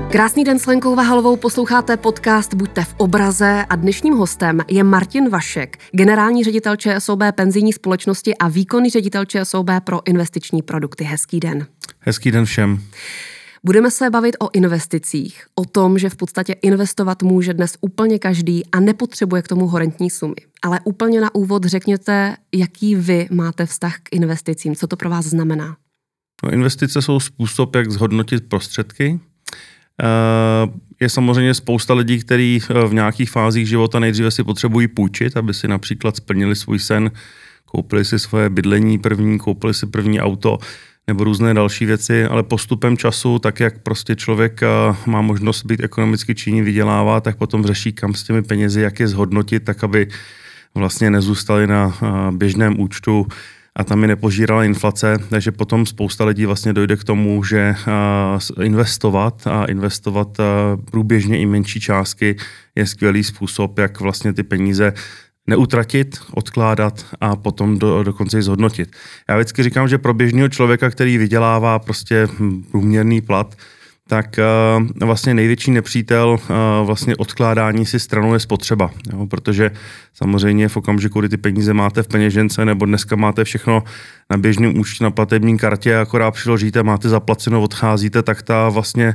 Krásný den s Lenkou Vahalovou, posloucháte podcast Buďte v obraze a dnešním hostem je Martin Vašek, generální ředitel ČSOB penzijní společnosti a výkonný ředitel ČSOB pro investiční produkty. Hezký den. Hezký den všem. Budeme se bavit o investicích, o tom, že v podstatě investovat může dnes úplně každý a nepotřebuje k tomu horentní sumy. Ale úplně na úvod řekněte, jaký vy máte vztah k investicím, co to pro vás znamená? No, investice jsou způsob, jak zhodnotit prostředky. Je samozřejmě spousta lidí, kteří v nějakých fázích života nejdříve si potřebují půjčit, aby si například splnili svůj sen, koupili si svoje bydlení první, koupili si první auto nebo různé další věci, ale postupem času, tak jak prostě člověk má možnost být ekonomicky činný, vydělává, tak potom řeší, kam s těmi penězi, jak je zhodnotit, tak aby vlastně nezůstali na běžném účtu a tam je nepožírala inflace, takže potom spousta lidí vlastně dojde k tomu, že investovat průběžně i menší částky je skvělý způsob, jak vlastně ty peníze neutratit, odkládat a potom dokonce i zhodnotit. Já vždycky říkám, že pro běžného člověka, který vydělává prostě průměrný plat, tak vlastně největší nepřítel vlastně odkládání si stranou je spotřeba. Jo? Protože samozřejmě v okamžiku, kdy ty peníze máte v peněžence nebo dneska máte všechno na běžném účtu, na platební kartě, akorát přiložíte, máte zaplaceno, odcházíte, tak ta vlastně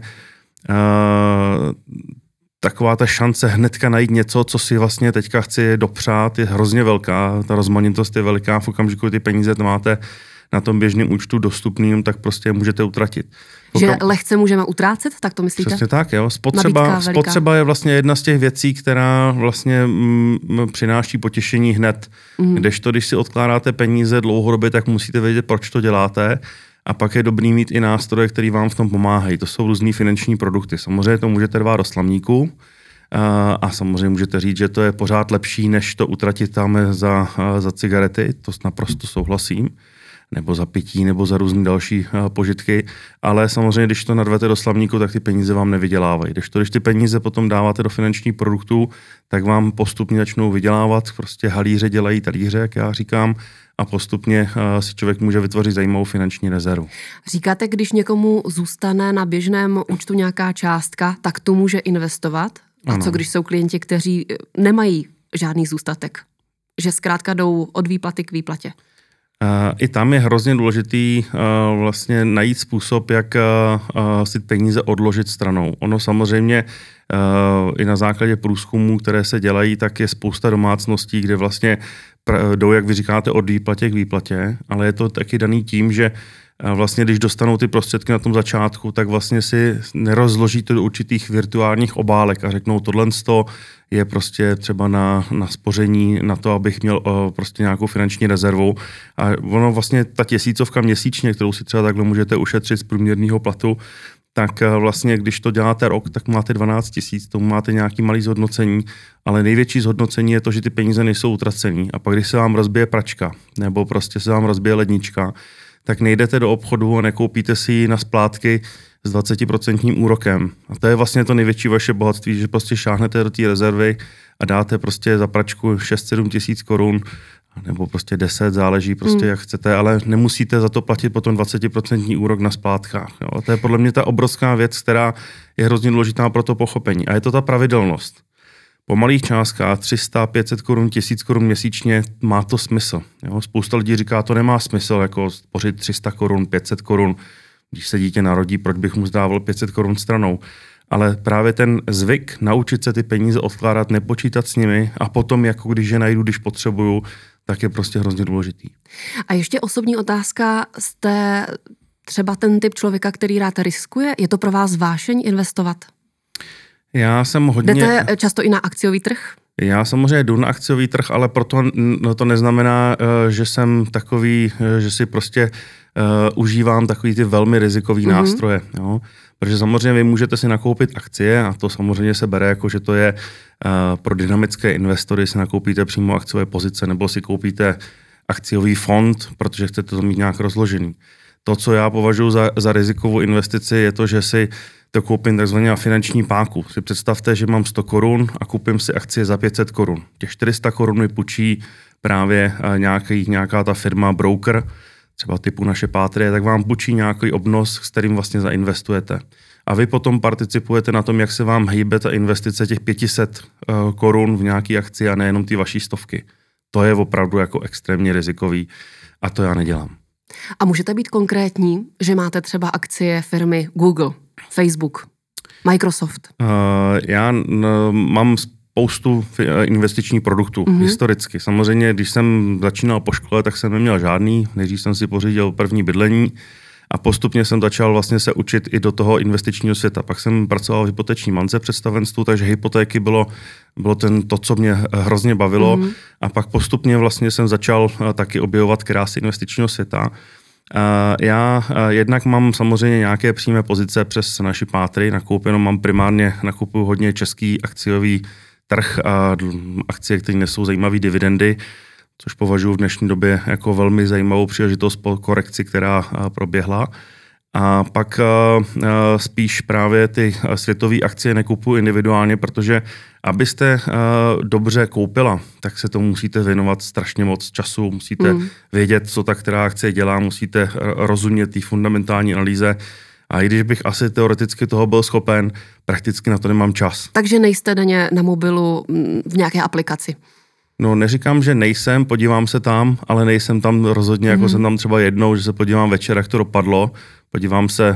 taková ta šance hnedka najít něco, co si vlastně teďka chci dopřát, je hrozně velká. Ta rozmanitost je veliká. V okamžiku, kdy ty peníze máte na tom běžném účtu dostupným, tak prostě je můžete utratit. Že lehce můžeme utrácet, tak to myslíte? Přesně tak, jo. Spotřeba je vlastně jedna z těch věcí, která vlastně přináší potěšení hned. Kdežto, když si odkládáte peníze dlouhodobě, tak musíte vědět, proč to děláte. A pak je dobrý mít i nástroje, které vám v tom pomáhají. To jsou různý finanční produkty. Samozřejmě to můžete rvát do slamníku a samozřejmě můžete říct, že to je pořád lepší, než to utratit tam za cigarety. To naprosto souhlasím. Nebo za pití, nebo za různé další požitky. Ale samozřejmě, když to narvete do slamníku, tak ty peníze vám nevydělávají. Když ty peníze potom dáváte do finančních produktů, tak vám postupně začnou vydělávat. Prostě halíře dělají talíře, jak já říkám, a postupně si člověk může vytvořit zajímavou finanční rezervu. Říkáte, když někomu zůstane na běžném účtu nějaká částka, tak to může investovat? A co když jsou klienti, kteří nemají žádný zůstatek? Že zkrátka jdou od výplaty k výplatě? I tam je hrozně důležitý vlastně najít způsob, jak si peníze odložit stranou. Ono samozřejmě i na základě průzkumů, které se dělají, tak je spousta domácností, kde vlastně jdou, jak vy říkáte, od výplatě k výplatě, ale je to taky daný tím, že vlastně když dostanou ty prostředky na tom začátku, tak vlastně si nerozloží to do určitých virtuálních obálek a řeknou, tohle je prostě třeba na spoření, na to, abych měl prostě nějakou finanční rezervu. A ono vlastně ta tisícovka měsíčně, kterou si třeba takhle můžete ušetřit z průměrného platu, tak vlastně, když to děláte rok, tak máte 12 000, tomu máte nějaký malý zhodnocení, ale největší zhodnocení je to, že ty peníze nejsou utracený. A pak, když se vám rozbije pračka, nebo prostě se vám rozbije lednička, tak nejdete do obchodu a nekoupíte si ji na splátky s 20% úrokem. A to je vlastně to největší vaše bohatství, že prostě šáhnete do té rezervy a dáte prostě za pračku 6-7 tisíc korun, nebo prostě 10, záleží prostě jak chcete, ale nemusíte za to platit potom 20% úrok na splátkách. Jo. To je podle mě ta obrovská věc, která je hrozně důležitá pro to pochopení. A je to ta pravidelnost. Po malých částkách 300, 500 korun, 1000 korun měsíčně má to smysl. Jo. Spousta lidí říká, to nemá smysl, jako spořit 300 korun, 500 korun. Když se dítě narodí, proč bych mu zdával 500 korun stranou? Ale právě ten zvyk naučit se ty peníze odkládat, nepočítat s nimi a potom, jako když je najdu, když potřebuju, tak je prostě hrozně důležitý. A ještě osobní otázka, jste třeba ten typ člověka, který rád riskuje? Je to pro vás vášeň investovat? Já jsem hodně... Jdete často i na akciový trh? Já samozřejmě jdu na akciový trh, ale proto to neznamená, že jsem takový, že si prostě užívám takový ty velmi rizikový nástroje. Jo? Protože samozřejmě vy můžete si nakoupit akcie a to samozřejmě se bere jako, že to je pro dynamické investory, si nakoupíte přímo akciové pozice nebo si koupíte akciový fond, protože chcete to mít nějak rozložený. To, co já považuji za rizikovou investici, je to, že si to koupím takzvaně na finanční páku. Si představte, že mám 100 korun a koupím si akcie za 500 korun. Těch 400 korun mi půjčí právě nějaká ta firma broker, třeba typu naše Pátrie, tak vám půjčí nějaký obnos, s kterým vlastně zainvestujete. a vy potom participujete na tom, jak se vám hýbe ta investice těch 500 korun v nějaké akci a nejenom ty vaší stovky. To je opravdu jako extrémně rizikový a to já nedělám. A můžete být konkrétní, že máte třeba akcie firmy Google, Facebook, Microsoft? Já mám spoustu investičních produktů historicky. Samozřejmě, když jsem začínal po škole, tak jsem neměl žádný. Nejdřív jsem si pořídil první bydlení a postupně jsem začal vlastně se učit i do toho investičního světa. Pak jsem pracoval v hypoteční bance představenstvu, takže hypotéky bylo to, co mě hrozně bavilo. A pak postupně vlastně jsem začal taky objevovat krásy investičního světa. Já jednak mám samozřejmě nějaké přímé pozice přes naši pátry nakoupeno, nakupuju hodně český akciový trh a akcie, které nesou zajímavé dividendy, což považuji v dnešní době jako velmi zajímavou příležitost po korekci, která proběhla. A pak spíš právě ty světové akcie nekupuji individuálně, protože abyste dobře koupila, tak se tomu musíte věnovat strašně moc času, musíte vědět, co ta která akcie dělá, musíte rozumět té fundamentální analýze. A i když bych asi teoreticky toho byl schopen, prakticky na to nemám čas. Takže nejste denně na mobilu v nějaké aplikaci? No, neříkám, že nejsem, podívám se tam, ale nejsem tam rozhodně, jako jsem tam třeba jednou, že se podívám večer, jak to dopadlo, podívám se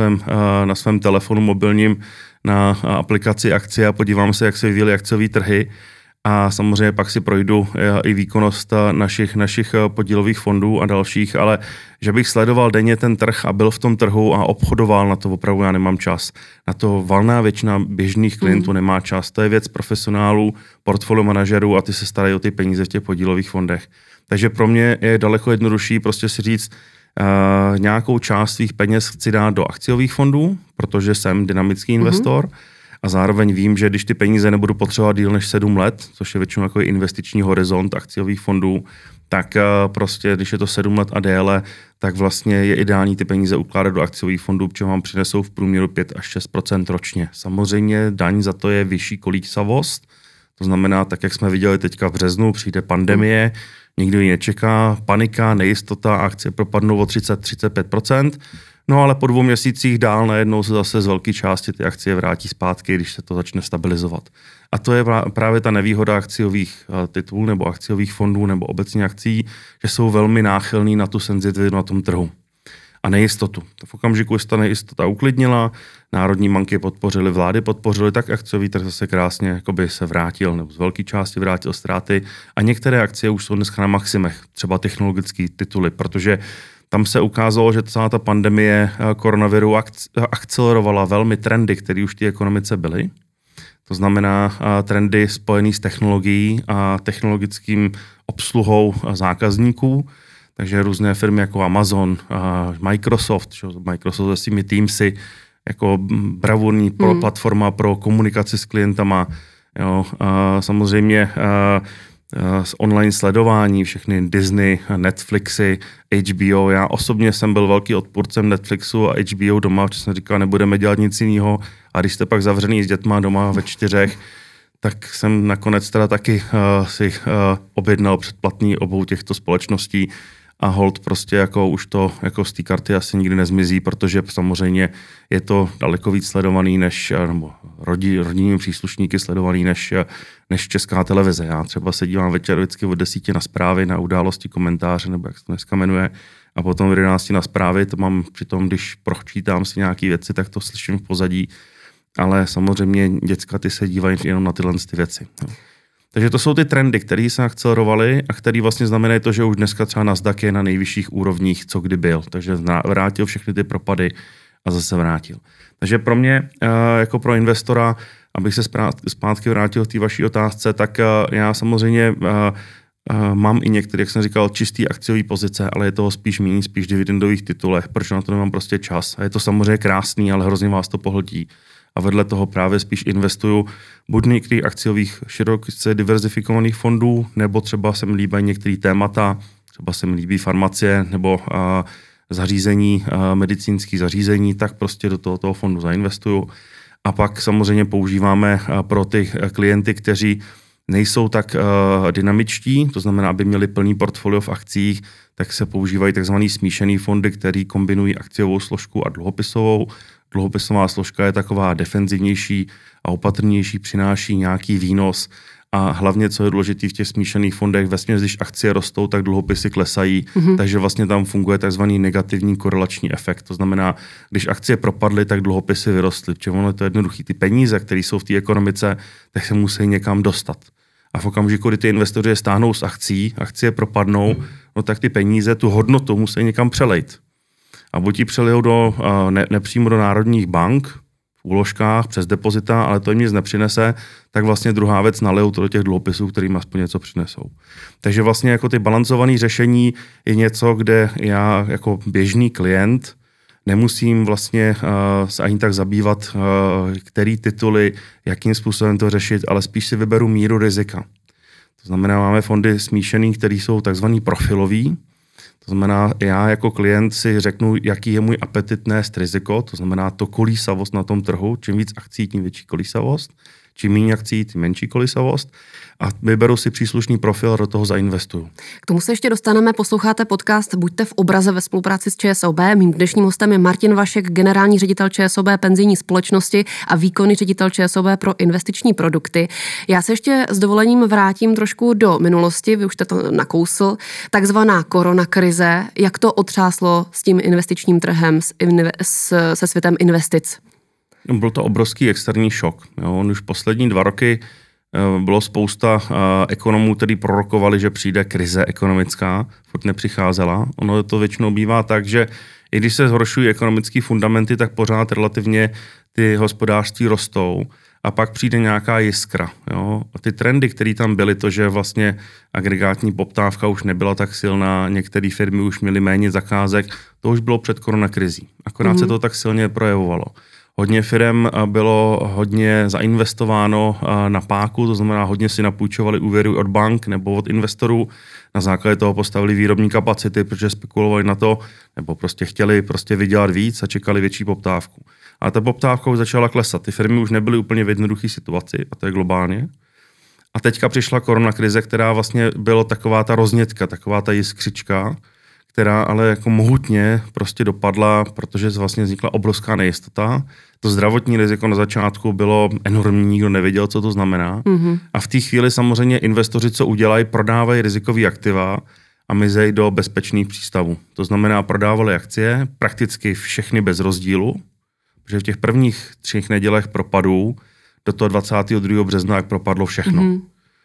na svém telefonu mobilním na aplikaci akcie a podívám se, jak se vyvíjely akciové trhy. A samozřejmě pak si projdu i výkonnost našich podílových fondů a dalších, ale že bych sledoval denně ten trh a byl v tom trhu a obchodoval, na to opravdu já nemám čas. Na to valná většina běžných klientů nemá čas. To je věc profesionálů, portfolio manažerů a ty se starají o ty peníze v těch podílových fondech. Takže pro mě je daleko jednodušší prostě si říct, nějakou část svých peněz chci dát do akciových fondů, protože jsem dynamický investor. A zároveň vím, že když ty peníze nebudu potřebovat díl než 7 let, což je většinou jako investiční horizont akciových fondů, tak prostě, když je to 7 let a déle, tak vlastně je ideální ty peníze ukládat do akciových fondů, protože vám přinesou v průměru 5 až 6% ročně. Samozřejmě daň za to je vyšší kolísavost, to znamená, tak jak jsme viděli teďka v březnu, přijde pandemie, nikdo ji nečeká, panika, nejistota, akcie propadnou o 30-35%. No ale po 2 měsících dál najednou se zase z velké části ty akcie vrátí zpátky, když se to začne stabilizovat. A to je právě ta nevýhoda akciových titulů nebo akciových fondů nebo obecně akcí, že jsou velmi náchylní na tu senzitivitu na tom trhu a nejistotu. V okamžiku se ta nejistota uklidnila, národní banky podpořily, vlády podpořily, tak akciový trh zase krásně jakoby se vrátil nebo z velké části vrátil ztráty a některé akcie už jsou dneska na maximech, třeba technologické tituly, protože tam se ukázalo, že celá ta pandemie koronaviru akcelerovala velmi trendy, které už v té ekonomice byly. To znamená trendy spojené s technologií a technologickým obsluhou zákazníků. Takže různé firmy jako Amazon, Microsoft se svými Teamsy, jako bravurní platforma pro komunikaci s klientama. Jo, samozřejmě online sledování, všechny Disney, Netflixy, HBO. Já osobně jsem byl velký odpůrcem Netflixu a HBO doma, protože jsem říkal, nebudeme dělat nic jiného. A když jste pak zavřený s dětma doma ve 4, tak jsem nakonec teda taky si objednal předplatný obou těchto společností a hold prostě jako už to jako z té karty asi nikdy nezmizí, protože samozřejmě je to daleko víc sledovaný než, nebo rodinnými příslušníky sledovaný než Česká televize. Já třeba se dívám večer vždycky od 10 na zprávy, na události, komentáře, nebo jak se to dneska jmenuje, a potom v 11 na zprávy, to mám přitom, když pročítám si nějaké věci, tak to slyším v pozadí, ale samozřejmě děcka ty se dívají jenom na tyhle věci. No. Takže to jsou ty trendy, které se akcelerovaly a které vlastně znamenají to, že už dneska třeba Nasdaq je na nejvyšších úrovních, co kdy byl. Takže vrátil všechny ty propady a zase vrátil. Takže pro mě, jako pro investora, abych se zpátky vrátil k té vaší otázce, tak já samozřejmě mám i některé, jak jsem říkal, čistý akciový pozice, ale je toho spíš méně, spíš dividendových titulech, protože na to nemám prostě čas. A je to samozřejmě krásný, ale hrozně vás to pohltí. A vedle toho právě spíš investuju buď do některých akciových široce diverzifikovaných fondů, nebo třeba se mi líbí některé témata, třeba se mi líbí farmacie nebo zařízení, medicínský zařízení, tak prostě do toho fondu zainvestuju. A pak samozřejmě používáme pro ty klienty, kteří nejsou tak dynamičtí, to znamená, aby měli plný portfolio v akcích, tak se používají tzv. Smíšený fondy, které kombinují akciovou složku a dluhopisovou. Dluhopisová složka je taková defenzivnější a opatrnější, přináší nějaký výnos. A hlavně, co je důležité v těch smíšených fondech, vesměs, když akcie rostou, tak dluhopisy klesají, takže vlastně tam funguje takzvaný negativní korelační efekt. To znamená, když akcie propadly, tak dluhopisy vyrostly. Protože ono je to jednoduché. Ty peníze, které jsou v té ekonomice, tak se musí někam dostat. A v okamžiku, kdy ty investoři je stáhnou z akcí, akcie propadnou, no tak ty peníze, tu hodnotu musí někam přelejt. A buď ji přelijou nepřímo do národních bank, v úložkách, přes depozita, ale to jim nic nepřinese, tak vlastně druhá věc nalejou to do těch dluhopisů, kterým aspoň něco přinesou. Takže vlastně jako ty balancované řešení je něco, kde já jako běžný klient nemusím vlastně se ani tak zabývat, který tituly, jakým způsobem to řešit, ale spíš si vyberu míru rizika. To znamená, máme fondy smíšený, které jsou takzvaný profilový. To znamená, já jako klient si řeknu, jaký je můj apetit nést riziko, to znamená to kolísavost na tom trhu. Čím víc akcí, tím větší kolísavost. Čím méně akcí, tím menší kolísavost. A vyberu si příslušný profil a do toho zainvestuju. K tomu se ještě dostaneme, posloucháte podcast Buďte v obraze ve spolupráci s ČSOB. Mým dnešním hostem je Martin Vašek, generální ředitel ČSOB penzijní společnosti a výkonný ředitel ČSOB pro investiční produkty. Já se ještě s dovolením vrátím trošku do minulosti, vy už jste to nakousl, takzvaná koronakrize. Jak to otřáslo s tím investičním trhem, se světem investic? Byl to obrovský externí šok. Jo. Už poslední 2 roky bylo spousta ekonomů, kteří prorokovali, že přijde krize ekonomická, furt nepřicházela. Ono to většinou bývá tak, že i když se zhoršují ekonomické fundamenty, tak pořád relativně ty hospodářství rostou a pak přijde nějaká jiskra. Jo. A ty trendy, které tam byly, to, že vlastně agregátní poptávka už nebyla tak silná, některé firmy už měly méně zakázek, to už bylo před koronakrizí. Akorát se to tak silně projevovalo. Hodně firem bylo hodně zainvestováno na páku, to znamená hodně si napůjčovali úvěry od bank nebo od investorů. Na základě toho postavili výrobní kapacity, protože spekulovali na to, nebo prostě chtěli vydělat víc a čekali větší poptávku. A ta poptávka už začala klesat. Ty firmy už nebyly úplně v jednoduché situaci, a to je globálně. A teďka přišla koronakrize, která vlastně byla taková ta roznětka, taková ta jiskřička, která ale jako mohutně prostě dopadla, protože vlastně vznikla obrovská nejistota. To zdravotní riziko na začátku bylo enormní, nikdo nevěděl, co to znamená. A v té chvíli samozřejmě investoři, co udělají, prodávají rizikový aktiva a mizejí do bezpečných přístavů. To znamená, prodávali akcie, prakticky všechny bez rozdílu, protože v těch prvních 3 nedělech propadů do toho 22. března, jak propadlo všechno.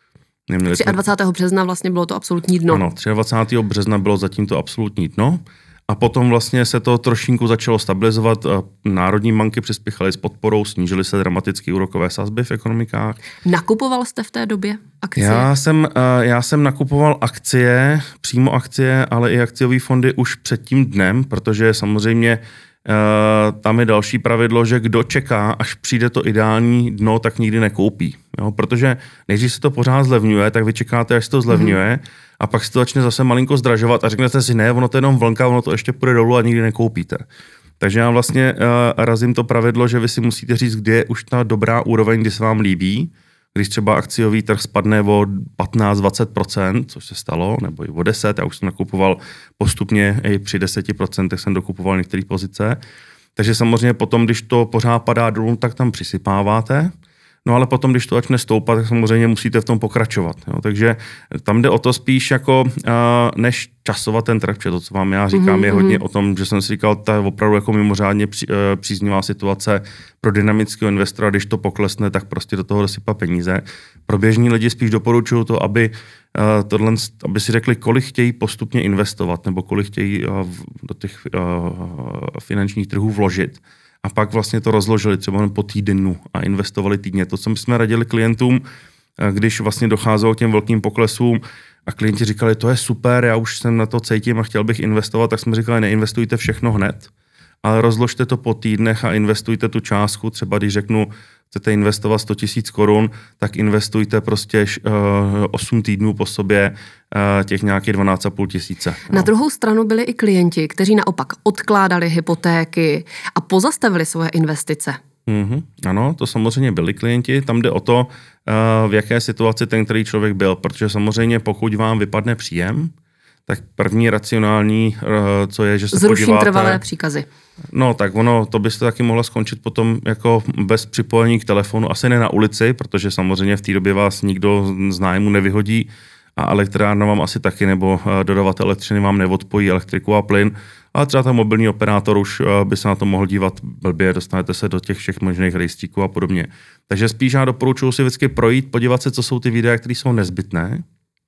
23. března vlastně bylo to absolutní dno. Ano, 23. března bylo zatím to absolutní dno. A potom vlastně se to trošinku začalo stabilizovat. Národní banky přispěchaly s podporou, snížily se dramaticky úrokové sazby v ekonomikách. Nakupoval jste v té době akcie? Já jsem nakupoval akcie, přímo akcie, ale i akciové fondy už před tím dnem, protože samozřejmě tam je další pravidlo, že kdo čeká, až přijde to ideální dno, tak nikdy nekoupí. Jo? Protože než se to pořád zlevňuje, tak vy čekáte, až se to zlevňuje a pak se to začne zase malinko zdražovat a řeknete si, ne, ono to je jenom vlnka, ono to ještě půjde dolů a nikdy nekoupíte. Takže já vlastně razím to pravidlo, že vy si musíte říct, kde je už ta dobrá úroveň, kdy se vám líbí. Když třeba akciový trh spadne o 15-20%, což se stalo, nebo i o 10%, já už jsem nakupoval postupně, i při 10% jsem dokupoval některé pozice. Takže samozřejmě potom, když to pořád padá dolů, tak tam přisypáváte. No ale potom, když to začne stoupat, tak samozřejmě musíte v tom pokračovat. Jo. Takže tam jde o to spíš jako než časovat ten trh, protože to, co vám já říkám, je hodně o tom, že jsem si říkal, to je opravdu jako mimořádně příznivá situace pro dynamického investora, když to poklesne, tak prostě do toho dosypá peníze. Pro běžní lidi spíš doporučuju to, aby si řekli, kolik chtějí postupně investovat, nebo kolik chtějí do těch finančních trhů vložit. A pak vlastně to rozložili třeba po týdnu a investovali týdně. To, co my jsme radili klientům, když vlastně docházelo k těm velkým poklesům a klienti říkali, to je super, já už jsem na to cítím a chtěl bych investovat, tak jsme říkali, neinvestujte všechno hned, ale rozložte to po týdnech a investujte tu částku. Třeba když řeknu, chcete investovat 100 000 korun, tak investujte prostě 8 týdnů po sobě těch nějakých 12 500. Na druhou stranu byli i klienti, kteří naopak odkládali hypotéky a pozastavili svoje investice. Ano, to samozřejmě byli klienti. Tam jde o to, v jaké situaci ten, který člověk byl, protože samozřejmě pokud vám vypadne příjem, tak první racionální, co je, že se Zruším podíváte... trvalé příkazy. No, tak to byste taky mohla skončit potom jako bez připojení k telefonu, asi ne na ulici, protože samozřejmě v té době vás nikdo z nájmu nevyhodí a elektrárna vám asi taky, nebo dodavatel elektřiny vám neodpojí elektriku a plyn, ale třeba ten mobilní operátor už by se na to mohl dívat blbě, dostanete se do těch všech možných rejstříků a podobně. Takže spíš já doporučuji si vždycky projít, podívat se, co jsou ty videa, které jsou nezbytné,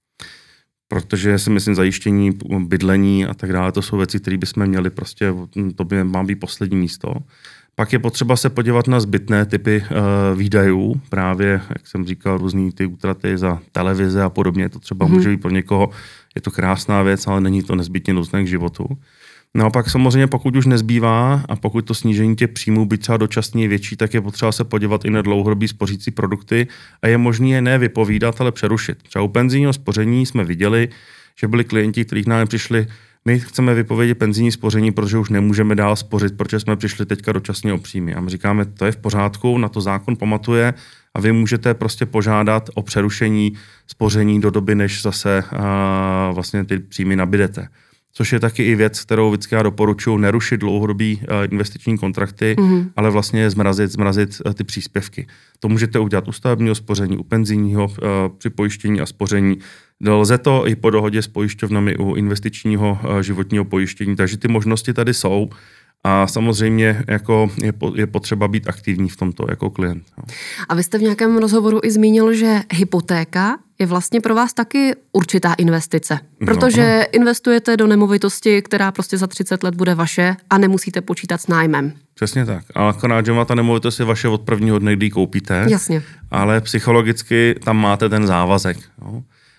protože si myslím zajištění, bydlení a tak dále, to jsou věci, které bychom měli prostě, to by má být poslední místo. Pak je potřeba se podívat na zbytné typy výdajů, právě, jak jsem říkal, různý ty útraty za televize a podobně, to třeba může být pro někoho, je to krásná věc, ale není to nezbytně nutné k životu. No a pak samozřejmě, pokud už nezbývá a pokud to snížení těch příjmů by třeba dočasně větší, tak je potřeba se podívat i na dlouhodobý spořící produkty a je možné je ne vypovídat, ale přerušit. Třeba u penzijního spoření jsme viděli, že byli klienti, kteří k nám přišli, my chceme vypovědět penzijní spoření, protože už nemůžeme dál spořit, protože jsme přišli teďka dočasně o příjmy. A my říkáme, to je v pořádku, na to zákon pamatuje a vy můžete prostě požádat o přerušení spoření do doby, než zase vlastně ty příjmy nabydete. Což je taky i věc, kterou vždycky já doporučuji, nerušit dlouhodobý investiční kontrakty, ale vlastně zmrazit ty příspěvky. To můžete udělat u stavebního spoření, u penzijního připojištění a spoření. Lze to i po dohodě s pojišťovnami u investičního životního pojištění, takže ty možnosti tady jsou. A samozřejmě jako je potřeba být aktivní v tomto jako klient. A vy jste v nějakém rozhovoru i zmínil, že hypotéka je vlastně pro vás taky určitá investice. Protože investujete do nemovitosti, která prostě za 30 let bude vaše a nemusíte počítat s nájmem. Přesně tak. A akorát, že ta nemovitost je vaše od prvního dne, kdy ji koupíte. Jasně. Ale psychologicky tam máte ten závazek. Jo.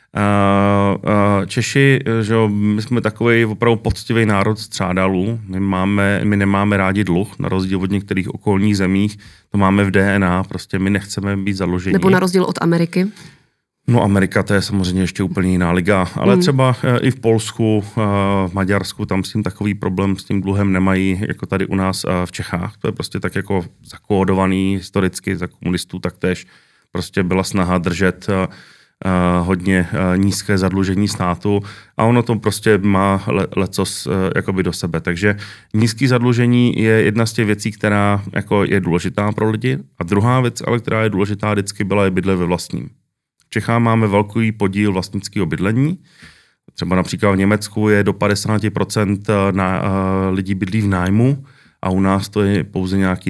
Češi, že my jsme takový opravdu poctivý národ střádalů. My nemáme rádi dluh, na rozdíl od některých okolních zemích. To máme v DNA, prostě my nechceme být zadlužení. Nebo na rozdíl od Ameriky? No Amerika, to je samozřejmě ještě úplně jiná liga, ale třeba i v Polsku, v Maďarsku, tam s tím takový problém s tím dluhem nemají, jako tady u nás v Čechách. To je prostě tak jako zakódovaný historicky za komunistů, taktéž prostě byla snaha držet hodně nízké zadlužení státu a ono to prostě má lecos jakoby do sebe. Takže nízké zadlužení je jedna z těch věcí, která jako je důležitá pro lidi. A druhá věc, ale která je důležitá vždycky byla, je bydlet ve vlastním. V Čechách máme velký podíl vlastnického bydlení. Třeba například v Německu je do 50% lidí bydlí v nájmu a u nás to je pouze nějaký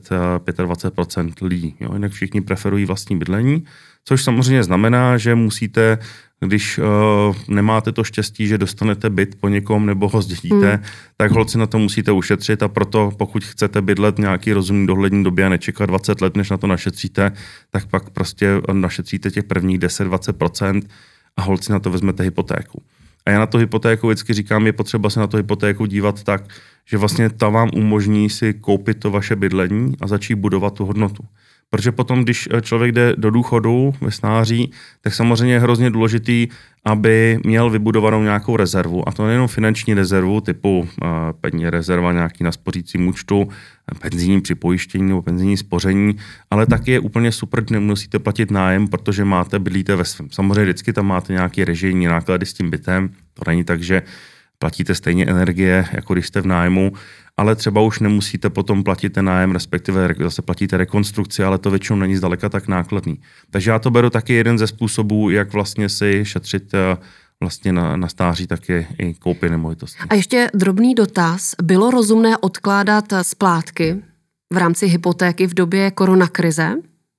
25% lidí. Jo? Jinak všichni preferují vlastní bydlení. Což samozřejmě znamená, že musíte, když nemáte to štěstí, že dostanete byt po někom nebo ho zdědíte, tak holci na to musíte ušetřit a proto pokud chcete bydlet nějaký rozumný dohlední době a nečekat 20 let, než na to našetříte, tak pak prostě našetříte těch prvních 10-20% a holci na to vezmete hypotéku. A já na to hypotéku vždycky říkám, je potřeba se na to hypotéku dívat tak, že vlastně ta vám umožní si koupit to vaše bydlení a začít budovat tu hodnotu. Protože potom, když člověk jde do důchodu ve stáří, tak samozřejmě je hrozně důležitý, aby měl vybudovanou nějakou rezervu. A to nejenom finanční rezervu typu rezerva nějaký na spořícím účtu, penzijní připojištění nebo penzijní spoření, ale taky je úplně super, že nemusíte platit nájem, protože bydlíte ve svém. Samozřejmě vždycky tam máte nějaké režijní náklady s tím bytem. To není tak, že platíte stejně energie, jako když jste v nájmu, ale třeba už nemusíte potom platit ten nájem, respektive zase platíte rekonstrukci, ale to většinou není zdaleka tak nákladný. Takže já to beru taky jeden ze způsobů, jak vlastně si šetřit vlastně na stáří taky i koupě nemovitosti. A ještě drobný dotaz. Bylo rozumné odkládat splátky v rámci hypotéky v době koronakrize?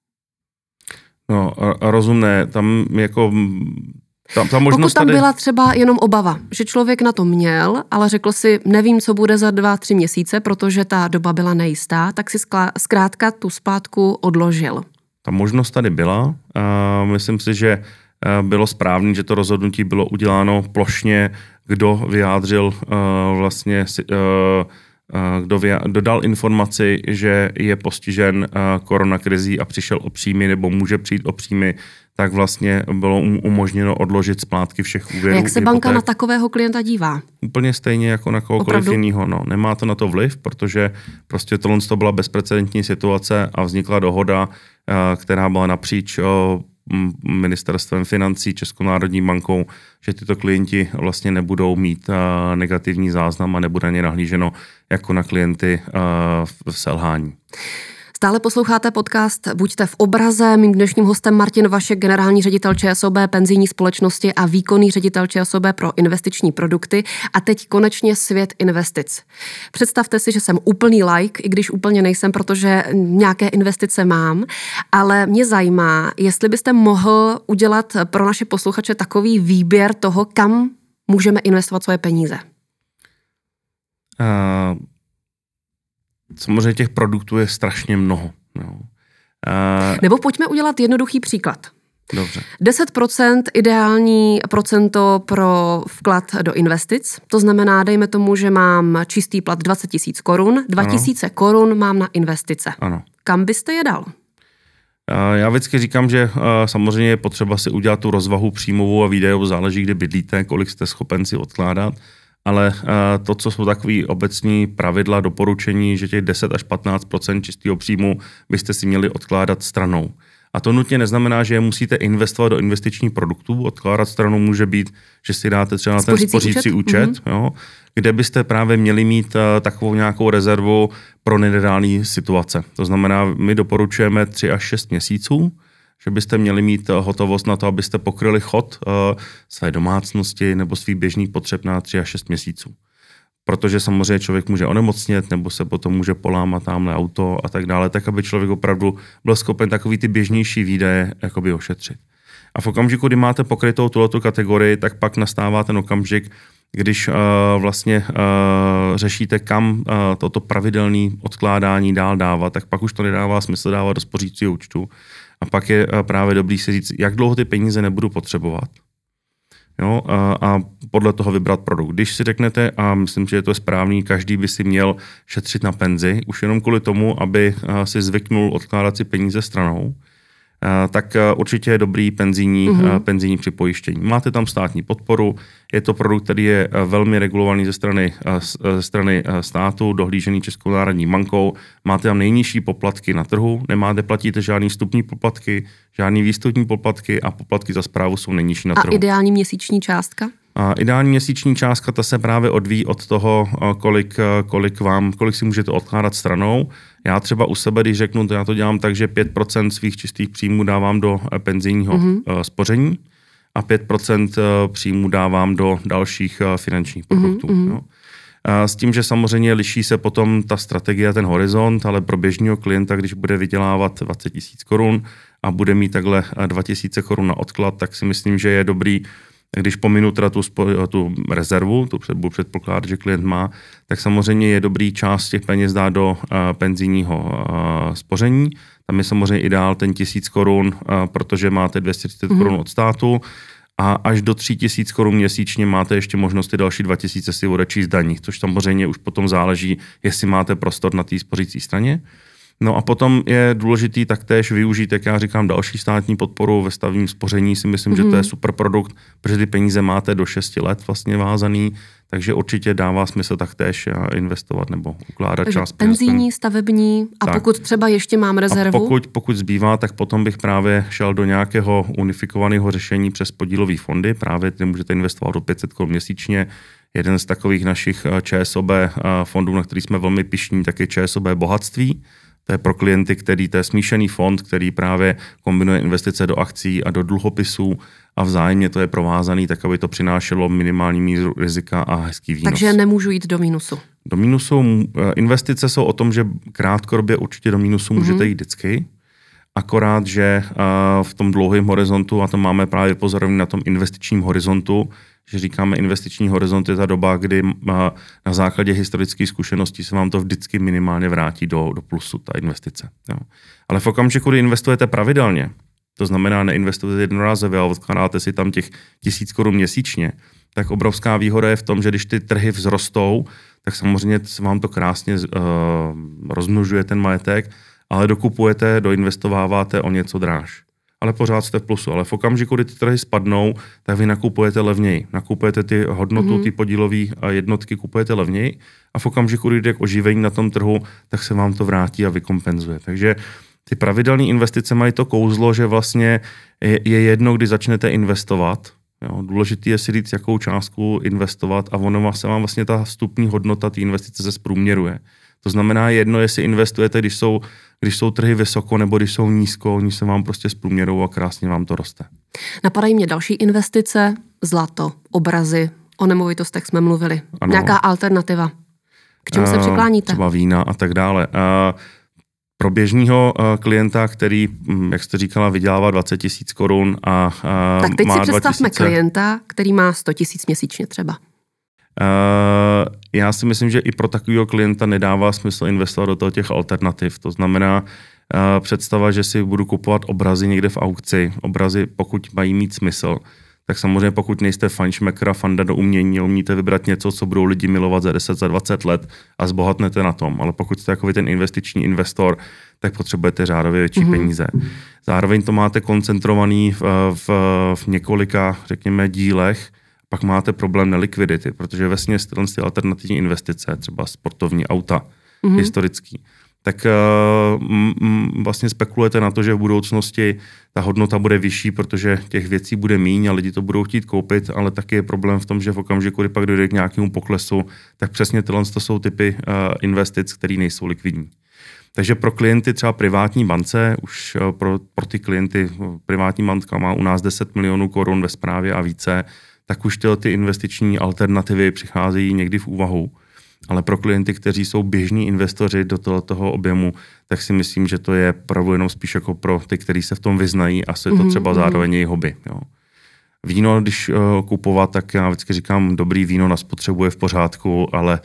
No, rozumné. Tam jako... Pokud tam byla třeba jenom obava, že člověk na to měl, ale řekl si, nevím, co bude za 2-3 měsíce, protože ta doba byla nejistá, tak si zkrátka tu splátku odložil. Ta možnost tady byla. Myslím si, že bylo správné, že to rozhodnutí bylo uděláno plošně, kdo vyjádřil vlastně kdo dal informaci, že je postižen koronakrizí a přišel o příjmy nebo může přijít o příjmy, tak vlastně bylo umožněno odložit splátky všech úvěrů. Jak se banka na takového klienta dívá? Úplně stejně jako na kohokoliv jiného. No, nemá to na to vliv, protože prostě tohle byla bezprecedentní situace a vznikla dohoda, která byla napříč ministerstvem financí, Českou národní bankou, že tyto klienti vlastně nebudou mít negativní záznam a nebude na ně nahlíženo jako na klienty v selhání. Stále posloucháte podcast Buďte v obraze. Mým dnešním hostem Martin Vašek, generální ředitel ČSOB penzijní společnosti a výkonný ředitel ČSOB pro investiční produkty. A teď konečně svět investic. Představte si, že jsem úplný like, i když úplně nejsem, protože nějaké investice mám, ale mě zajímá, jestli byste mohl udělat pro naše posluchače takový výběr toho, kam můžeme investovat svoje peníze. Samozřejmě těch produktů je strašně mnoho. No. Nebo pojďme udělat jednoduchý příklad. Dobře. 10% ideální procento pro vklad do investic. To znamená, dejme tomu, že mám čistý plat 20 000 korun. 2 000 korun mám na investice. Ano. Kam byste je dal? Já vždycky říkám, že samozřejmě je potřeba si udělat tu rozvahu příjmovou a výdajovou, záleží, kde bydlíte, kolik jste schopen si odkládat. Ale to, co jsou takové obecní pravidla, doporučení, že těch 10 až 15% čistého příjmu byste si měli odkládat stranou. A to nutně neznamená, že je musíte investovat do investičních produktů. Odkládat stranou může být, že si dáte třeba na ten spořící účet, jo, kde byste právě měli mít takovou nějakou rezervu pro nedálné situace. To znamená, my doporučujeme 3 až 6 měsíců, že byste měli mít hotovost na to, abyste pokryli chod své domácnosti nebo svých běžných potřeb na 3 až 6 měsíců. Protože samozřejmě člověk může onemocnět nebo se potom může polámat tamhle auto a tak dále, tak aby člověk opravdu byl schopen takový ty běžnější výdaje jakoby ošetřit. A v okamžiku, kdy máte pokrytou tuhletu kategorii, tak pak nastává ten okamžik, když vlastně řešíte, kam toto pravidelné odkládání dál dávat, tak pak už to nedává smysl dávat do spořícího účtu. A pak je právě dobrý si říct, jak dlouho ty peníze nebudu potřebovat. Jo, a podle toho vybrat produkt. Když si řeknete, a myslím, že je to správný, každý by si měl šetřit na penzi, už jenom kvůli tomu, aby si zvyknul odkládat si peníze stranou, tak určitě je dobrý penzijní připojištění. Máte tam státní podporu, je to produkt, který je velmi regulovaný ze strany státu, dohlížený Českou národní bankou, máte tam nejnižší poplatky na trhu, platíte žádný vstupní poplatky, žádný výstupní poplatky a poplatky za správu jsou nejnižší na trhu. A ideální měsíční částka? A ideální měsíční částka, ta se právě odvíjí od toho, kolik si můžete odkládat stranou. Já třeba u sebe, když řeknu, já to dělám tak, že 5% svých čistých příjmů dávám do penzijního spoření a 5% příjmů dávám do dalších finančních produktů. Jo. S tím, že samozřejmě liší se potom ta strategie a ten horizont, ale pro běžného klienta, když bude vydělávat 20 000 korun a bude mít takhle 2 000 korun na odklad, tak si myslím, že je dobrý, když pominu teda tu rezervu, tu budu předpokládat, že klient má, tak samozřejmě je dobrý část těch peněz dát do penzijního spoření. Tam je samozřejmě ideál ten 1000 korun, protože máte 230 korun od státu a až do 3000 korun měsíčně máte ještě možnost ty další 2000 si odečíst daní, což samozřejmě už potom záleží, jestli máte prostor na té spořící straně. No a potom je důležitý taktéž využít, jak já říkám, další státní podporu ve stavním spoření. Si myslím, že to je super produkt, protože ty peníze máte do 6 let vlastně vázaný, takže určitě dává smysl taktéž investovat nebo ukládat část peněz. Penzijní, stavební a tak. Pokud třeba ještě mám rezervu? A pokud zbývá, tak potom bych právě šel do nějakého unifikovaného řešení přes podílové fondy. Právě ty můžete investovat do 500 korun měsíčně. Jeden z takových našich ČSOB fondů, na který jsme velmi pyšní, tak je ČSOB Bohatství. To je pro klienty, to je smíšený fond, který právě kombinuje investice do akcií a do dluhopisů a vzájemně to je provázaný, tak aby to přinášelo minimální míru rizika a hezký výnos. Takže nemůžu jít do mínusu. Do mínusu investice jsou o tom, že krátkodobě určitě do mínusu můžete jít vždycky, akorát, že v tom dlouhém horizontu, a to máme právě pozorování na tom investičním horizontu, že říkáme, investiční horizont je ta doba, kdy na základě historické zkušenosti se vám to vždycky minimálně vrátí do plusu, ta investice. Jo. Ale v okamžiku, kdy investujete pravidelně, to znamená neinvestujete jednorázově a odkládáte si tam těch 1000 korun měsíčně, tak obrovská výhoda je v tom, že když ty trhy vzrostou, tak samozřejmě se vám to krásně rozmnožuje ten majetek, ale dokupujete, doinvestováváte o něco dráž. Ale pořád jste v plusu. Ale v okamžiku, kdy ty trhy spadnou, tak vy nakupujete levněji. Nakupujete ty hodnotu, ty podílové jednotky kupujete levněji a v okamžiku, kdy jde k oživení na tom trhu, tak se vám to vrátí a vykompenzuje. Takže ty pravidelné investice mají to kouzlo, že vlastně je jedno, kdy začnete investovat. Jo, důležitý je si říct, jakou částku investovat a ono se vám vlastně ta vstupní hodnota té investice se zprůměruje. To znamená jedno, jestli investujete, když jsou trhy vysoko nebo když jsou nízko, oni se vám prostě zprůměrují a krásně vám to roste. Napadají mě další investice, zlato, obrazy, o nemovitostech jsme mluvili. Ano. Nějaká alternativa? K čemu se přikláníte? Třeba vína a tak dále. Pro běžného klienta, který, jak jste říkala, vydělává 20 000 korun a tak teď má si představme 2000... klienta, který má 100 000 měsíčně třeba. Já si myslím, že i pro takového klienta nedává smysl investovat do těch alternativ. To znamená představa, že si budu kupovat obrazy někde v aukci. Obrazy, pokud mají mít smysl, tak samozřejmě pokud nejste fajnšmekr a fanda do umění, umíte vybrat něco, co budou lidi milovat za 10, za 20 let a zbohatnete na tom. Ale pokud jste takový ten investiční investor, tak potřebujete řádově větší peníze. Zároveň to máte koncentrovaný v několika, řekněme, dílech. Pak máte problém nelikvidity, protože vesměs ty alternativní investice, třeba sportovní auta, historický, tak vlastně spekulujete na to, že v budoucnosti ta hodnota bude vyšší, protože těch věcí bude míň a lidi to budou chtít koupit, ale taky je problém v tom, že v okamžiku, kdy pak dojde k nějakému poklesu, tak přesně tyhle jsou typy investic, které nejsou likvidní. Takže pro klienty třeba privátní bance, už pro ty klienty privátní banka má u nás 10 milionů korun ve správě a více, tak už ty investiční alternativy přicházejí někdy v úvahu. Ale pro klienty, kteří jsou běžní investoři do toho objemu, tak si myslím, že to je pravdu jenom spíš jako pro ty, kteří se v tom vyznají a je to třeba zároveň jejich hobby. Jo. Víno, když kupovat, tak já vždycky říkám, dobrý víno na spotřebu je v pořádku, ale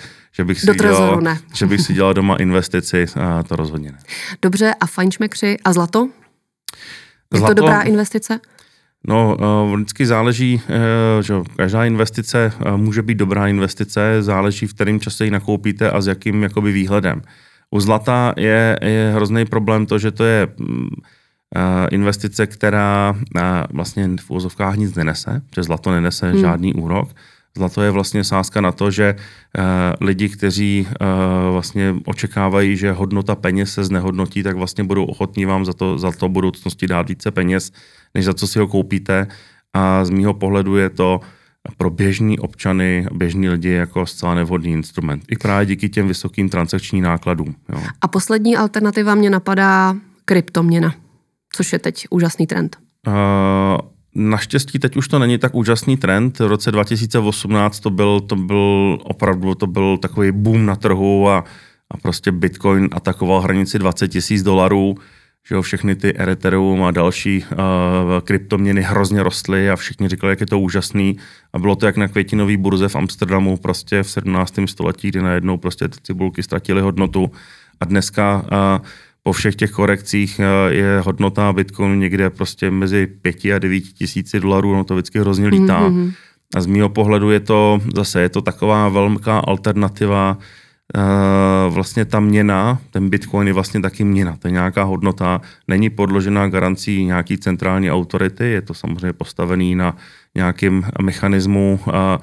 že bych si dělal doma investici, to rozhodně ne. Dobře, a fajnšmekři a zlato? Je to dobrá investice? No, vždycky záleží, že každá investice může být dobrá investice, záleží, v kterém čase ji nakoupíte a s jakým jakoby výhledem. U zlata je hrozný problém to, že to je investice, která vlastně v uvozovkách nic nenese, že zlato nenese žádný úrok. Zlato je vlastně sázka na to, že lidi, kteří vlastně očekávají, že hodnota peněz se znehodnotí, tak vlastně budou ochotní vám za to budoucnosti dát více peněz, než za co si ho koupíte. A z mýho pohledu je to pro běžní občany, běžní lidi jako zcela nevhodný instrument. I právě díky těm vysokým transakčním nákladům. Jo. A poslední alternativa mě napadá kryptoměna, což je teď úžasný trend. Naštěstí teď už to není tak úžasný trend. V roce 2018 to byl opravdu takový boom na trhu a prostě Bitcoin atakoval hranici $20,000, že jo, všechny ty Ethereum a další kryptoměny hrozně rostly a všichni říkali, jak je to úžasný. A bylo to jak na květinové burze v Amsterdamu prostě v 17. století, kdy najednou prostě ty cibulky ztratily hodnotu a dneska po všech těch korekcích je hodnota Bitcoinu někde prostě mezi 5 a 9 tisíci dolarů, no to vždycky hrozně lítá. A z mýho pohledu je to taková velká alternativa, vlastně ta měna, ten Bitcoin je vlastně taky měna, to je nějaká hodnota, není podložená garancí nějaký centrální autority, je to samozřejmě postavený na nějakým mechanismu,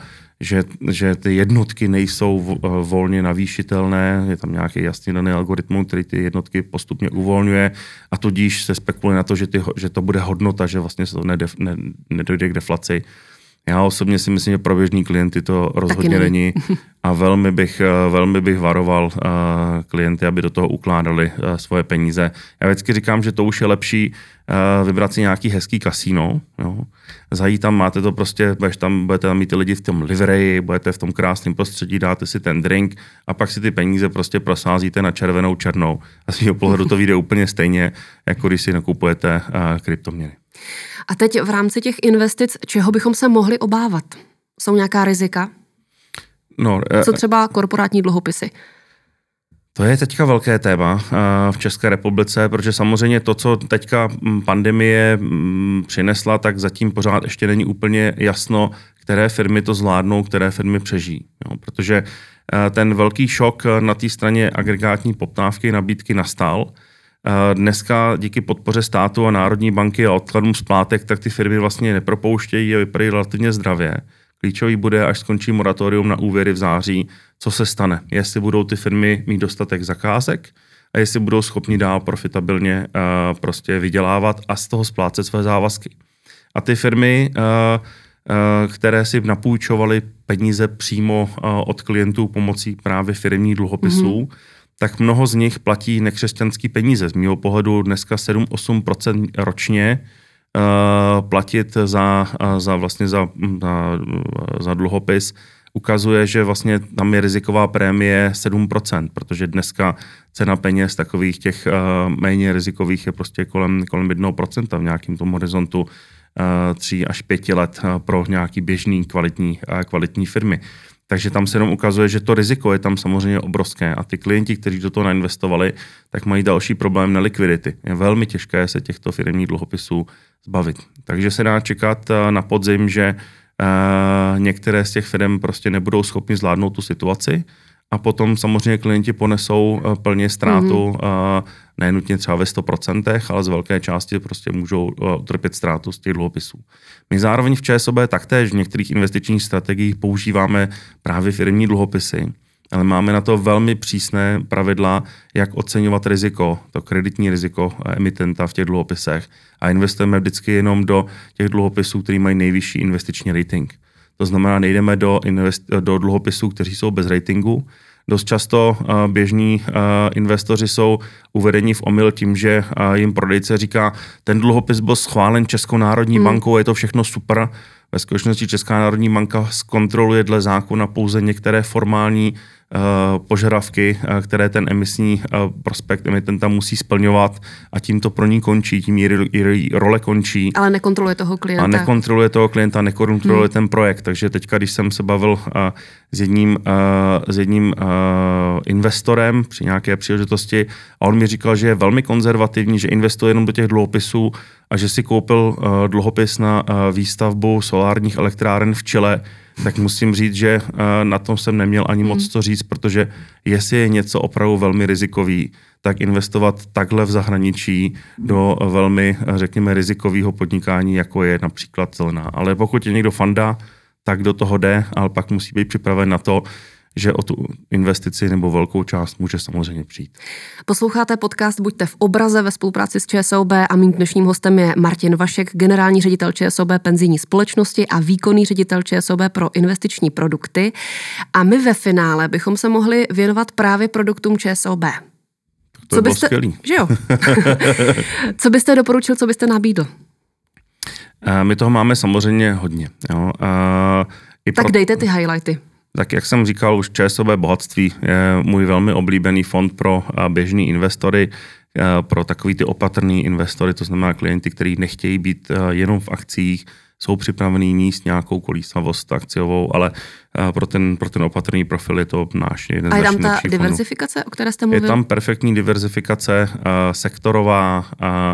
že ty jednotky nejsou volně navýšitelné, je tam nějaký jasně daný algoritmus, který ty jednotky postupně uvolňuje a tudíž se spekuluje na to, že to bude hodnota, že vlastně se to nedojde k deflaci. Já osobně si myslím, že pro běžný klienty to rozhodně není a velmi bych varoval klienty, aby do toho ukládali svoje peníze. Já vždycky říkám, že to už je lepší vybrat si nějaký hezký kasíno. Jo. Zajít tam, máte to prostě, budete tam mít ty lidi v tom livereji, budete v tom krásném prostředí, dáte si ten drink a pak si ty peníze prostě prosázíte na černou. A z mého pohledu to vyjde úplně stejně, jako když si nakupujete kryptoměny. A teď v rámci těch investic, čeho bychom se mohli obávat? Jsou nějaká rizika? No, co třeba korporátní dluhopisy? To je teďka velké téma v České republice, protože samozřejmě to, co teďka pandemie přinesla, tak zatím pořád ještě není úplně jasno, které firmy to zvládnou, které firmy přežijí. Jo? Protože ten velký šok na té straně agregátní poptávky nabídky nastal. Dneska díky podpoře státu a Národní banky a odkladům splátek, tak ty firmy vlastně nepropouštějí a vypadají relativně zdravě. Klíčový bude, až skončí moratorium na úvěry v září, co se stane. Jestli budou ty firmy mít dostatek zakázek a jestli budou schopni dál profitabilně prostě vydělávat a z toho splácet své závazky. A ty firmy, které si napůjčovaly peníze přímo od klientů pomocí právě firemních dluhopisů, tak mnoho z nich platí nekřesťanský peníze. Z mého pohledu dneska 7-8% ročně platit za dluhopis ukazuje, že vlastně tam je riziková prémie 7%, protože dneska cena peněz takových těch méně rizikových je prostě kolem 1% v nějakém tom horizontu 3 až 5 let pro nějaký běžný kvalitní firmy. Takže tam se jenom ukazuje, že to riziko je tam samozřejmě obrovské a ty klienti, kteří do toho nainvestovali, tak mají další problém na likvidity. Je velmi těžké se těchto firemních dluhopisů zbavit. Takže se dá čekat na podzim, že některé z těch firm prostě nebudou schopni zvládnout tu situaci a potom samozřejmě klienti ponesou plně ztrátu, nenutně třeba ve 100%, ale z velké části prostě můžou utrpět ztrátu z těch dluhopisů. My zároveň v ČSOB taktéž v některých investičních strategiích používáme právě firemní dluhopisy, ale máme na to velmi přísné pravidla, jak oceňovat riziko, to kreditní riziko emitenta v těch dluhopisech a investujeme vždycky jenom do těch dluhopisů, které mají nejvyšší investiční rating. To znamená, nejdeme do dluhopisů, kteří jsou bez ratingu. Dost často běžní investoři jsou uvedeni v omyl tím, že jim prodejce říká, ten dluhopis byl schválen Českou národní bankou, je to všechno super. Ve skutečnosti Česká národní banka zkontroluje dle zákona pouze některé formální požadavky, které ten emisní prospekt emitenta musí splňovat a tím to pro ní končí, tím její role končí. Ale nekontroluje toho klienta. A nekontroluje toho klienta, nekontroluje ten projekt. Takže teďka, když jsem se bavil s jedním investorem při nějaké příležitosti a on mi říkal, že je velmi konzervativní, že investuje jenom do těch dluhopisů a že si koupil dluhopis na výstavbu solárních elektráren v Chile, tak musím říct, že na tom jsem neměl ani moc co říct, protože jestli je něco opravdu velmi rizikový, tak investovat takhle v zahraničí do velmi, řekněme, rizikového podnikání, jako je například zelená. Ale pokud je někdo fanda, tak do toho jde, ale pak musí být připraven na to, že o tu investici nebo velkou část může samozřejmě přijít. Posloucháte podcast Buďte v obraze ve spolupráci s ČSOB a mým dnešním hostem je Martin Vašek, generální ředitel ČSOB penzijní společnosti a výkonný ředitel ČSOB pro investiční produkty. A my ve finále bychom se mohli věnovat právě produktům ČSOB. To bylo skvělý. Že jo? Co byste doporučil, co byste nabídl? My toho máme samozřejmě hodně. Jo. Tak dejte ty highlighty. Tak jak jsem říkal, už ČSOB Bohatství je můj velmi oblíbený fond pro běžný investory, pro takový ty opatrný investory, to znamená klienty, kteří nechtějí být jenom v akcích, jsou připravený níst nějakou kolísavost akciovou, ale pro ten opatrný profil je to náš jeden z našich nejlepších fondů. A je tam ta diverzifikace, o které jste mluvil? Je tam perfektní diverzifikace, sektorová,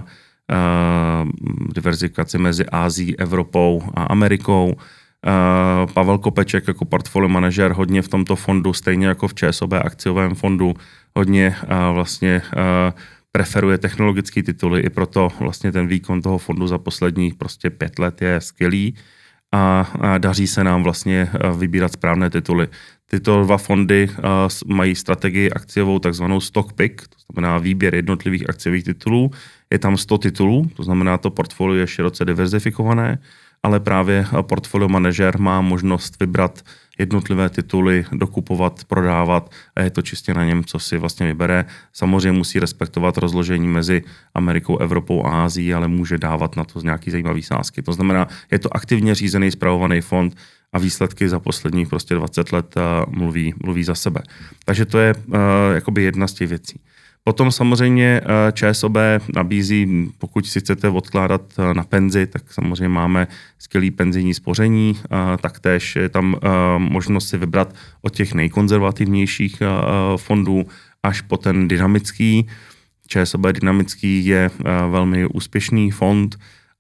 diverzifikace mezi Ázií, Evropou a Amerikou. Pavel Kopeček jako portfolio manažer hodně v tomto fondu, stejně jako v ČSOB akciovém fondu, hodně vlastně preferuje technologické tituly, i proto vlastně ten výkon toho fondu za posledních prostě 5 let je skvělý a daří se nám vlastně vybírat správné tituly. Tyto dva fondy mají strategii akciovou takzvanou stock pick, to znamená výběr jednotlivých akciových titulů. Je tam 100 titulů, to znamená, to portfolio je široce diverzifikované, ale právě portfolio manažer má možnost vybrat jednotlivé tituly, dokupovat, prodávat a je to čistě na něm, co si vlastně vybere. Samozřejmě musí respektovat rozložení mezi Amerikou, Evropou a Ázií, ale může dávat na to nějaký zajímavý sázky. To znamená, je to aktivně řízený, spravovaný fond a výsledky za posledních prostě 20 let mluví za sebe. Takže to je jakoby jedna z těch věcí. Potom samozřejmě ČSOB nabízí, pokud si chcete odkládat na penzi, tak samozřejmě máme skvělý penzijní spoření, taktéž je tam možnost si vybrat od těch nejkonzervativnějších fondů až po ten dynamický. ČSOB dynamický je velmi úspěšný fond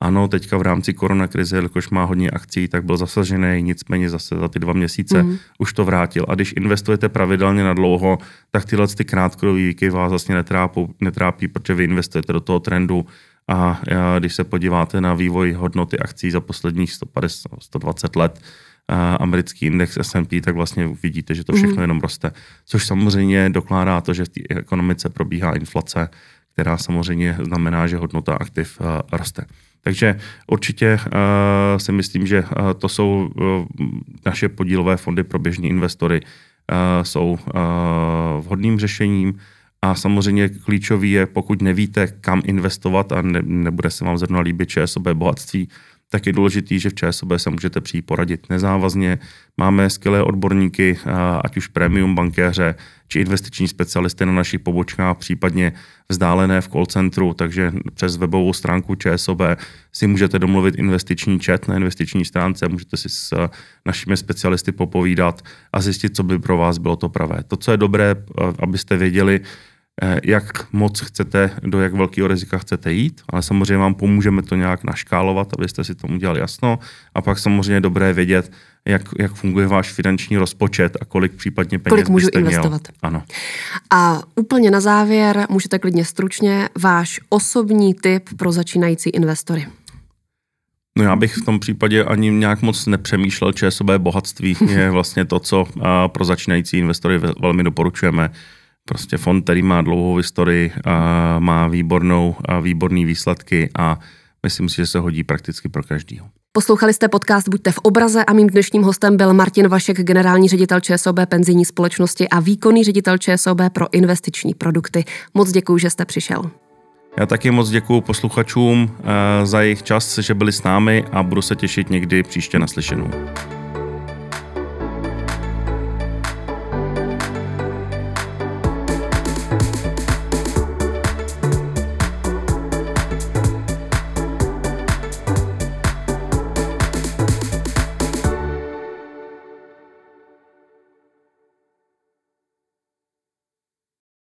Ano, teďka v rámci koronakrize, jelikož má hodně akcí, tak byl zasažený, nicméně zase za ty 2 měsíce už to vrátil. A když investujete pravidelně na dlouho, tak tyhle krátkodobé výkyvy vás vlastně netrápí, protože vy investujete do toho trendu. A když se podíváte na vývoj hodnoty akcí za posledních 120 let, americký index S&P, tak vlastně vidíte, že to všechno jenom roste. Což samozřejmě dokládá to, že v té ekonomice probíhá inflace, která samozřejmě znamená, že hodnota aktiv roste. Takže určitě si myslím, že to jsou naše podílové fondy pro běžní investory, jsou vhodným řešením. A samozřejmě klíčový je, pokud nevíte, kam investovat a nebude se vám zrovna líbit ČSOB bohatství, tak je důležitý, že v ČSOB se můžete přijít poradit nezávazně. Máme skvělé odborníky, ať už premium bankéře, či investiční specialisty na našich pobočkách, případně vzdálené v call centru, takže přes webovou stránku ČSOB si můžete domluvit investiční chat na investiční stránce, můžete si s našimi specialisty popovídat a zjistit, co by pro vás bylo to pravé. To, co je dobré, abyste věděli, jak moc chcete, do jak velkého rizika chcete jít, ale samozřejmě vám pomůžeme to nějak naškálovat, abyste si tomu dělali jasno. A pak samozřejmě je dobré vědět, jak funguje váš finanční rozpočet a kolik případně peněz můžu byste investovat. Měl. Ano. A úplně na závěr můžete klidně stručně váš osobní tip pro začínající investory. No já bych v tom případě ani nějak moc nepřemýšlel. ČSOB bohatství je vlastně to, co pro začínající investory velmi doporučujeme. Prostě fond, který má dlouhou historii, má výborný výsledky a myslím si, že se hodí prakticky pro každýho. Poslouchali jste podcast Buďte v obraze a mým dnešním hostem byl Martin Vašek, generální ředitel ČSOB penzijní společnosti a výkonný ředitel ČSOB pro investiční produkty. Moc děkuju, že jste přišel. Já taky moc děkuju posluchačům za jejich čas, že byli s námi a budu se těšit někdy příště naslyšenou.